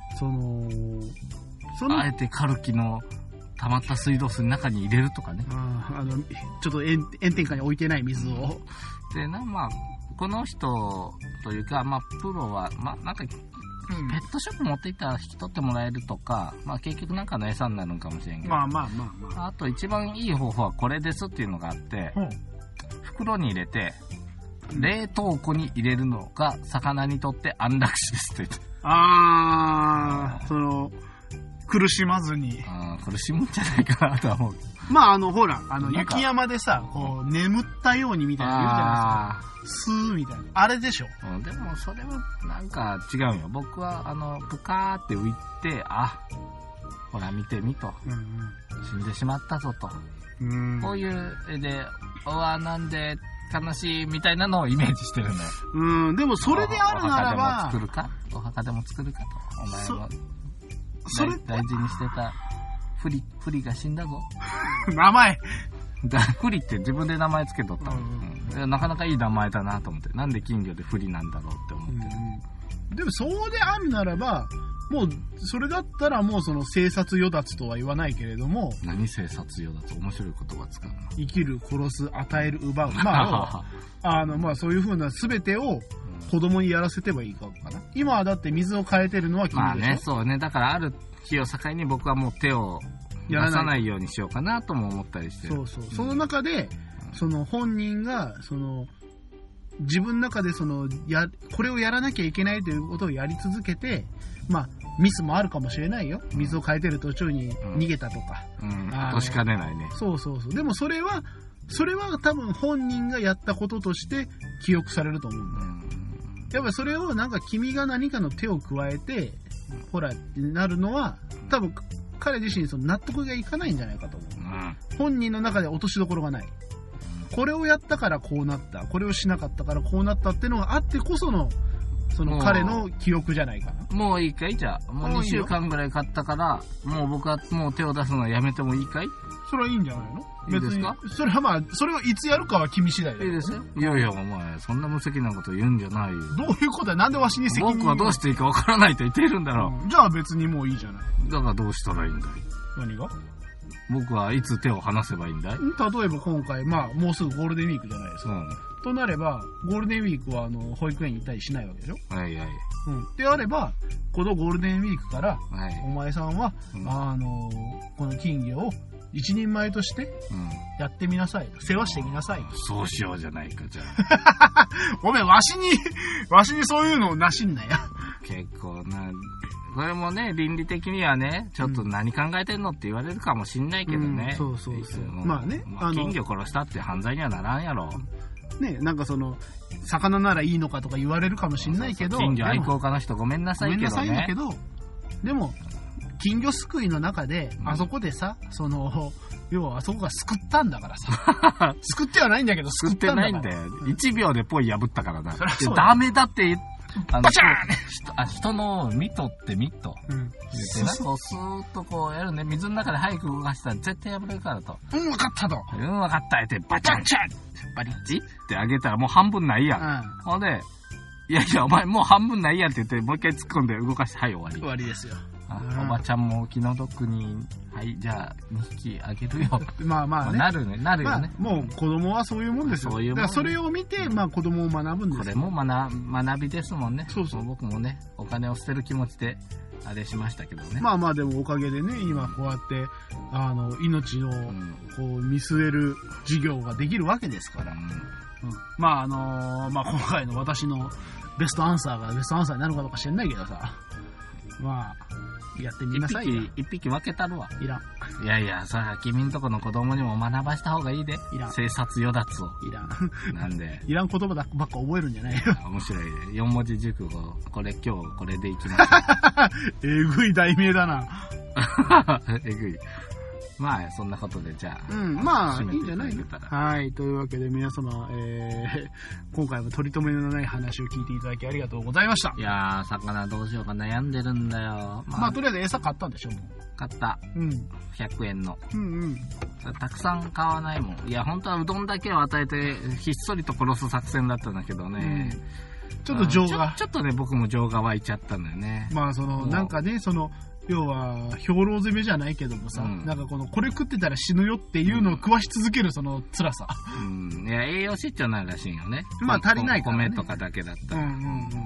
A: あえてカルキの溜まった水道水の中に入れるとかね。
B: ちょっと炎天下に置いてない水を。
A: でまあ、この人というか、まあ、プロは、なんか、ペットショップ持っていったら引き取ってもらえるとか、結局なんかの餌になるのかもしれんけど。あと一番いい方法はこれですっていうのがあって、袋に入れて、冷凍庫に入れるのが魚にとって安楽死ですって言って。
B: 苦しまずに。
A: 苦しむんじゃないかなとは思う。
B: ほら、雪山でさ、こう、眠ったようにみたいなの言うじゃないですか。スーみたいな。あれでしょ。
A: でも、それはなんか違うよ。僕は、ぷかーって浮いて、ほら見てみと。死んでしまったぞと。こういう絵で、なんで、悲しいみたいなのをイメージしてるんだよ。
B: でもそれであるならば。
A: お墓でも作るかと。お前も。大事にしてたフリが死んだぞ。
B: 名前
A: フリって自分で名前つけとったの、なかなかいい名前だなと思って。なんで金魚でフリなんだろうって思ってる。
B: でもそうであるならば、もうそれだったらもう生殺与奪とは言わないけれども。
A: 何生殺与奪？面白い言葉使うな。
B: 生きる、殺す、与える、奪う。そういう風な全てを子供にやらせてはいいかな。今はだって水を変えてるのは君でしょ。
A: そうね。だからある日を境に僕はもう手を出さないようにしようかなとも思ったりしてる。
B: その中で、本人が、自分の中でこれをやらなきゃいけないということをやり続けて、ミスもあるかもしれないよ。水を変えてる途中に逃げたとか。
A: としかねないね。
B: でもそれは多分本人がやったこととして記憶されると思うんだよ。やっぱりそれをなんか君が何かの手を加えて、ほら、なるのは、多分彼自身納得がいかないんじゃないかと思う。本人の中で落としどころがない。これをやったからこうなった。これをしなかったからこうなったっていうのがあってこその、彼の記憶じゃないかな。
A: もういいかい？じゃあ、もう2週間ぐらい経ったから、もう僕はもう手を出すのはやめてもいいかい？
B: それはいいんじゃないの？
A: いいですか？
B: それはそれをいつやるかは君次第だよ。
A: いいですよ。いやいや、お前、そんな無責任なこと言うんじゃないよ。
B: どういうことだ？なんでわしに責任？
A: 僕はどうしていいかわからないと言っているんだろ
B: う。じゃあ別にもういいじゃない。
A: だからどうしたらいいんだい？
B: 何が？
A: 僕はいつ手を離せばいいんだい？
B: 例えば今回、もうすぐゴールデンウィークじゃないですか。となれば、ゴールデンウィークは保育園に行ったりしないわけでしょ？
A: はいはい。
B: であれば、このゴールデンウィークから、お前さんは、この金魚を一人前としてやってみなさい。世話してみなさい。
A: そうしようじゃないか、じゃ
B: あ。ごめん、わしにそういうのをなしんなや。
A: 結構な、これもね、倫理的にはね、ちょっと何考えてんのって言われるかもしんないけどね。
B: そう。
A: 金魚殺したって犯罪にはならんやろ。
B: ね、なんか魚ならいいのかとか言われるかもしんないけど。
A: 金魚愛好家の人ごめんなさいけどね。
B: ごめんなさいだけど、でも、金魚すくいの中で、あそこでさ、要はあそこがすくったんだからさ。すくってはないんだけど、
A: すくってないんだよ。1秒でポイ破ったからな。ダメだって言って、
B: バチャーン
A: 人のミトってミット。そうスーッとこうやるね。水の中で早く動かしたら絶対破れるからと。
B: わかったと。
A: わかったって、バチャンチャンバリッチってあげたらもう半分ないやん。ほんで、いやお前もう半分ないやんって言って、もう一回突っ込んで動かして、はい終わり。
B: 終わりですよ。
A: おばちゃんも気の毒に、はい、じゃあ2匹あげるよ。
B: ね。
A: なるよね。
B: もう子供はそういうもんですよ。だからそれを見て、子供を学ぶんですよ。
A: これも学びですもんね。そう。僕もね、お金を捨てる気持ちで、あれしましたけどね。
B: でもおかげでね、今こうやって、命をこう見据える事業ができるわけですから。今回の私のベストアンサーがベストアンサーになるかどうか知らないけどさ。やってみなさいよ。
A: 一匹分けたるわ。
B: いらん。
A: いや、さ、君んとこの子供にも学ばした方がいいで。
B: いらん。
A: 生殺与奪を。
B: いらん。
A: なんで。
B: いらん言葉ばっか覚えるんじゃないよ。
A: 面白い。4文字熟語。今日これでいきます。
B: えぐい題名だな。
A: えぐい。 まあ、そんなことで、じゃあ。
B: まあ、いいんじゃないの。はい。というわけで、皆様、今回も取り留めのない話を聞いていただきありがとうございました。
A: いやー、魚どうしようか悩んでるんだよ。
B: まあ、とりあえず餌買ったんでしょ、もう。
A: 買った。100円の。たくさん買わないもん。いや、本当はうどんだけを与えて、ひっそりと殺す作戦だったんだけどね。
B: ちょっと情が。
A: ちょっとね、僕も情が湧いちゃったんだよね。
B: まあ、なんかね、要は、兵糧攻めじゃないけどもさ、なんかこれ食ってたら死ぬよっていうのを食わし続けるその辛さ。
A: いや、栄養失調ないらしいよね。
B: まあ足りないからね。
A: 米とかだけだったら。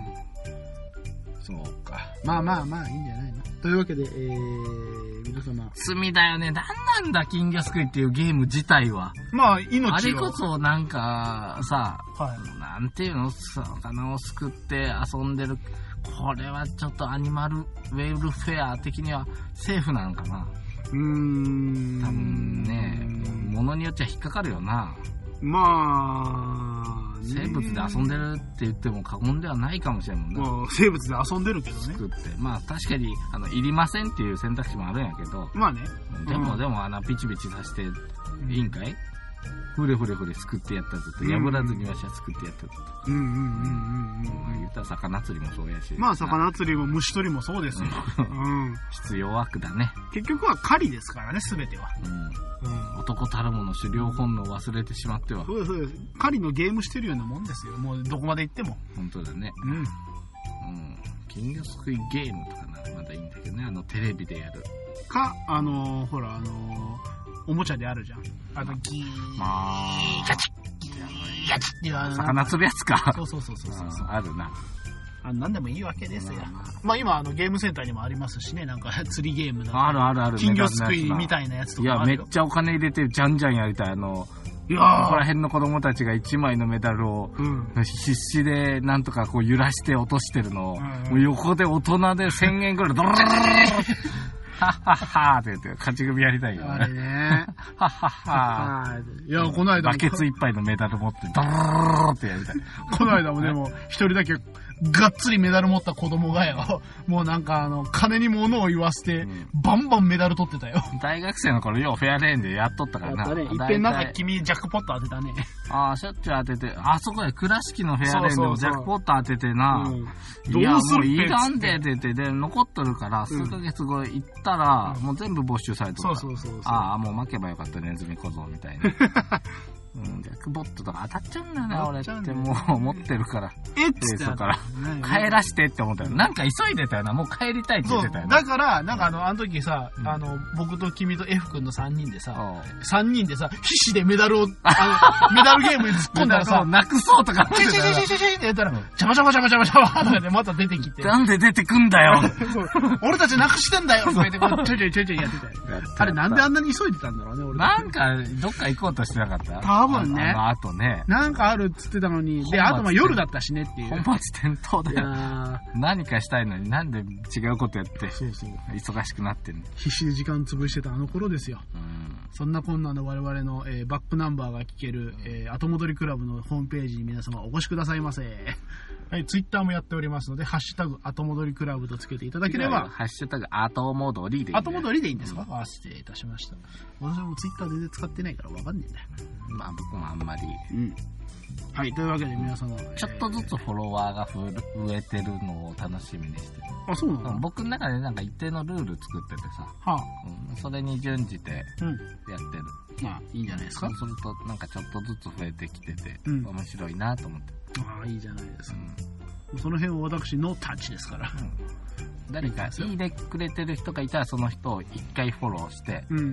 B: そうか。まあ、いいんじゃないの。というわけで、皆様。
A: 罪だよね。なんだ、金魚すくいっていうゲーム自体は。
B: まあ、命を。
A: あれこそなんか、さ、なんていうの、魚をすくって遊んでる。これはちょっとアニマルウェルフェア的にはセーフなのかな。多分ね、物によっちゃ引っかかるよな。
B: まあ、
A: 生物で遊んでるって言っても過言ではないかもしれんもんね。
B: まあ、生物で遊んでるけどね。
A: 作って。まあ確かに、いりませんっていう選択肢もあるんやけど。
B: まあね。
A: でも、ピチピチさせていいんかい？ふれすくってやったずっと。破らずにわしはすくってやったずっと。言ったら魚釣りもそうやし。
B: まあ魚釣りも虫取りもそうですよ。
A: 必要悪だね。
B: 結局は狩りですからね、すべては。
A: 男たるもの狩猟本能を忘れてしまっては。
B: そうです。狩りのゲームしてるようなもんですよ。もうどこまで行っても。
A: 本当だね。金魚すくいゲームとかならまだいいんだけどね、テレビでやる。
B: か、ほら、おもちゃであるじゃん。ギー、ガチッ、ガチッっていう
A: 魚釣るやつか。
B: そう。
A: あるな。
B: なんでもいいわけですよ。まあ今ゲームセンターにもありますしね、なんか釣りゲームだ
A: ある。
B: 金魚すくいみたいなやつとか
A: あるよ。いや、めっちゃお金入れてじゃんじゃんやりたい。ここら辺の子供たちが1枚のメダルを必死でなんとかこう揺らして落としてるのを、もう横で大人で1000円くらいドローはっはっはーって言って勝ち組やりたいよね。
B: あれね。
A: はっはっは
B: ー。いや、この間
A: バケツいっぱいのメダル持ってドローってやりたい。
B: この間もでも一人だけがっつりメダル持った子供がよ、もうなんか金に物を言わせて、バンバンメダル取ってたよ。
A: 大学生の頃ようフェアレーンでやっとったからな。
B: やったね。いっぺんなんか君ジャックポット当てたね。
A: ああ、しょっちゅう当てて、あそこで倉敷のフェアレーンでもジャックポット当ててな。
B: いや、も
A: ういらんでって言って、で、残っとるから、数ヶ月後行ったら、もう全部没収されてる。
B: そう。
A: ああ、もう負けばよかったね、ネズミ小僧みたいな。ジャックボットとか当たっちゃうんだよね、俺ってもう持ってるから。から帰らしてって思ったよ。なんか急いでたよな、もう帰りたいって言ってたよ。
B: だから、なんかあの時さ、僕と君と F 君の3人でさ、必死でメダルを、メダルゲームに突っ込んだらさ、
A: なくそうとか
B: チェってやったら、ジャバジャバとかでまた出てきて。
A: なんで出てくんだよ。
B: 俺たちなくしてんだよとか言って、ちょいちょいやってたよ。あれなんであんなに急いでたんだろうね、俺。
A: なんか、どっか行こうとしてなかった
B: 多分ね。
A: あとね。
B: なんかあるっつってたのに、で、あと夜だったしねっていう。
A: 本末転倒だよ。何かしたいのになんで違うことやって、忙しくなってんの。
B: 必死で時間潰してたあの頃ですよ。そんなこんなの我々の、バックナンバーが聞ける、後戻りクラブのホームページに皆様お越しくださいませ。はい、ツイッターもやっておりますので、ハッシュタグ後戻りクラブとつけていただければ。
A: ハッシュタグ後戻りでいい。
B: 後戻りでいいんですか？失礼いたしました。私もツイッター全然使ってないからわかんねえんだよ。
A: まあ僕もあんまり。
B: はい、というわけで皆様、
A: ちょっとずつフォロワーが増えてるのを楽しみにしてる。
B: あ、そうなの？
A: 僕の中でなんか一定のルール作っててさ、それに準じてやってる。
B: まあいいんじゃないですか。
A: そうするとなんかちょっとずつ増えてきてて、面白いなと思って。
B: ああ、いいじゃないですか。その辺は私ノータッチですから。
A: 誰かいいでくれてる人がいたらその人を一回フォローして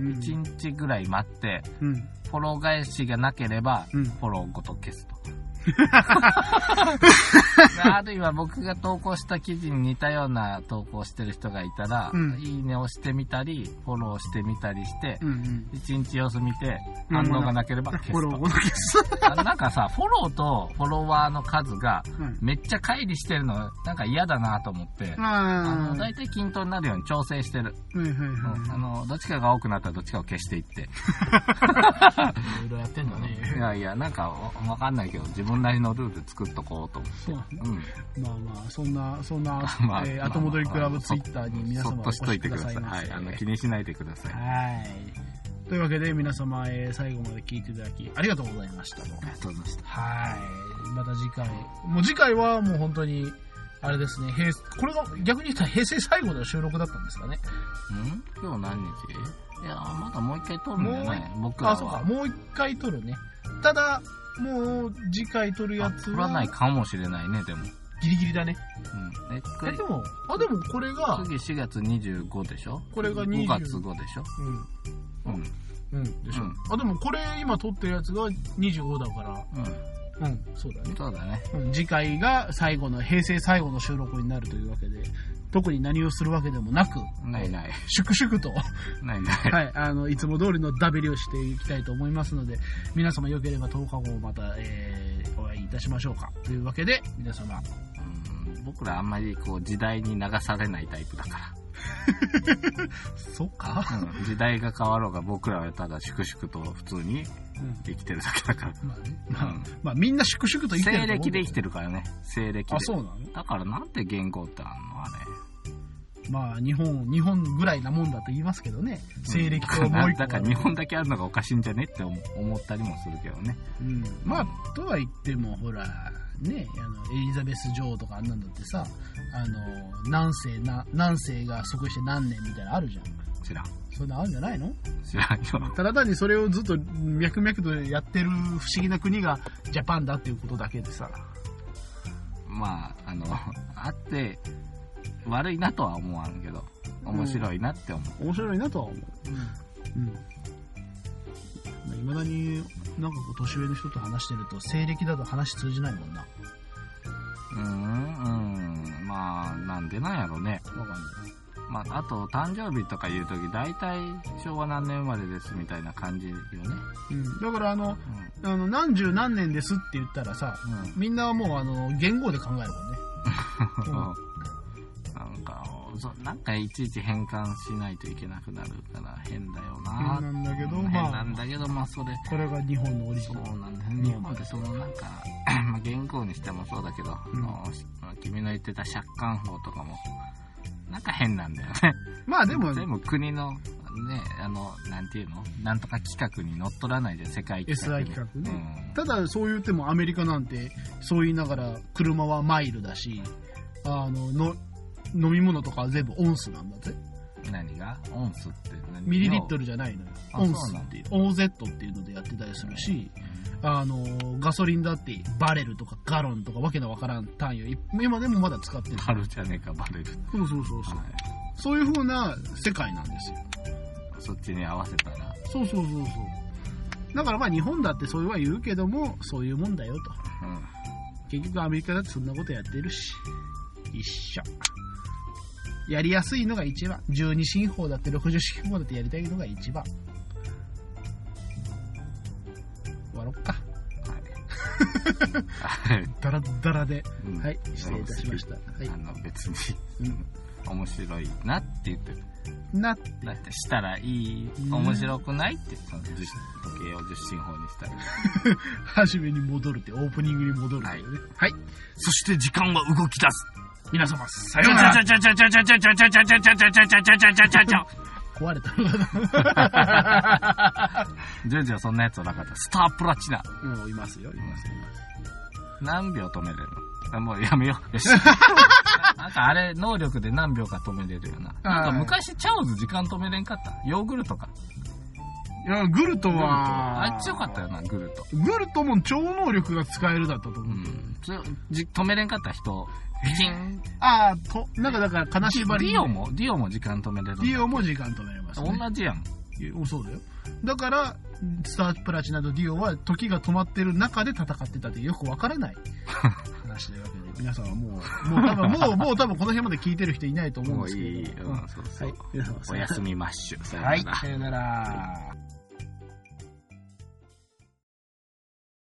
A: 、1日ぐらい待って、フォロー返しがなければ、フォローごと消すと。あるいは僕が投稿した記事に似たような投稿してる人がいたら、いいねをしてみたりフォローしてみたりして、1日様子見て反応がなければ消すと。フォローごと消す。なんかさ、フォローとフォロワーの数がめっちゃ乖離してるのなんか嫌だなと思って、だいたい均等になるように調整してる。どっちかが多くなったらどっちかを消していって。い
B: ろいろやってんだね。
A: いやなんかわかんないけど自分なりのルール作っとこうと思って。
B: まあそんな後戻りクラブツイッターに皆様お越しくださいませ。
A: 気にしないでください。
B: はい。 というわけで皆様、最後まで聞いていただきありがとうございました。
A: ありがとうございました。
B: はい。また次回。もう次回はもう本当に、あれですね、これが逆に言ったら平成最後の収録だったんですかね。
A: 今日何日？いや、まだもう一回撮るんだよね、僕らは。
B: そうか、もう一回撮るね。ただ、もう次回撮るやつは。
A: 撮らないかもしれないね、でも。
B: ギリギリだね。
A: で
B: もこれが。
A: 次4月25でしょ？
B: これが
A: 5月5でしょ？
B: でしょ。でもこれ今撮ってるやつが25だから。そうだね。
A: そうだね。
B: 次回が平成最後の収録になるというわけで、特に何をするわけでもなく、粛々と、はい、いつも通りのダベリをしていきたいと思いますので、皆様よければ10日後また、お会いいたしましょうか。というわけで、皆様。
A: 僕らあんまり時代に流されないタイプだから。
B: そうか、
A: 時代が変わろうが僕らはただ粛々と普通に生きてるだけだから。
B: まあみんな粛々と生きてる。
A: 西暦で生きてるからね。西暦で。
B: そうなの？
A: だからなんて言語ってあんのあれ。
B: まあ日本ぐらいなもんだと言いますけどね。西暦ともう一個。
A: だから日本だけあるのがおかしいんじゃねって思ったりもするけどね。
B: まあとは言ってもほら。ね、エリザベス女王とかあんなんだってさ、何世が即位して何年みたいなのあるじゃん。
A: 知らん。
B: そんなあるんじゃないの？
A: 知らんよ。
B: ただ単にそれをずっと脈々とやってる不思議な国がジャパンだっていうことだけでさ。
A: まあ、あって悪いなとは思わんけど、面白いなって思う。
B: 面白いなとは思う。未だになんか年上の人と話してると西暦だと話通じないもんな。
A: まあなんでなんやろね。
B: わかんない。
A: まああと誕生日とか言うとき大体昭和何年生まれですみたいな感じよね。
B: だから何十何年ですって言ったらさ、みんなもう言語で考えるもんね。
A: なんかいちいち変換しないといけなくなるから変だよな。
B: 変なんだけど、
A: まあそれ。
B: これが日本のオリジナル。
A: そうなんだよ。日本でなんか、まあ原稿にしてもそうだけど、君の言ってた借款法とかも、なんか変なんだよね。
B: まあでも。
A: 全部国の、ね、なんていうの？なんとか企画に乗っ取らないで世界企画。
B: SI 企画ね。ただそう言ってもアメリカなんて、そう言いながら車はマイルだし、飲み物とかは全部オンスなんだぜ。
A: 何がオンスって何？
B: ミリリットルじゃないのよ。オンスっていう、OZ っていうのでやってたりするし、ガソリンだってバレルとかガロンとかわけのわからん単位を今でもまだ使ってる。
A: バルじゃねえか、バレル。
B: そう。そういう風な世界なんですよ。
A: そっちに合わせたら。
B: そう。だからまあ日本だってそういうは言うけども、そういうもんだよと。結局アメリカだってそんなことやってるし。一緒。やりやすいのが一番。12進法だって60進法だってやりたいのが一番。終わろっか。ダラダラで、はい、失礼いたしました。はい、
A: 別に、面白いなって言ってる。
B: だって
A: したらいい、面白くないって、その時計を10進法にしたり。
B: 初めに戻るって、オープニングに戻るってね。はい。
A: そして時間は動き出す。
B: 皆様、さようなら。壊れたのかな。
A: ジョージはそんなやつはなかった。スタープラチナ。
B: いますよ。
A: 何秒止めれるの？もうやめよう。よし。なんかあれ、能力で何秒か止めれるよな。なんか昔チャオズ時間止めれんかった。ヨーグルトか。
B: いや、グルトは、
A: あっちよかったよな、グルト。
B: グルトも超能力が使えるだったと思う。
A: 止めれんかった人、ピン。
B: なんかだから金縛り。
A: ディオも時間止めれる。
B: ディオも時間止めれますね。
A: 同じやん。
B: そうだよ。だから、スタープラチナとディオは時が止まってる中で戦ってたってよくわからない話というわけで、皆さんはもう多分この辺まで聞いてる人いないと思うんですけど。
A: もういい。そう。はい。おやすみマッシュ。
B: はい。さよなら。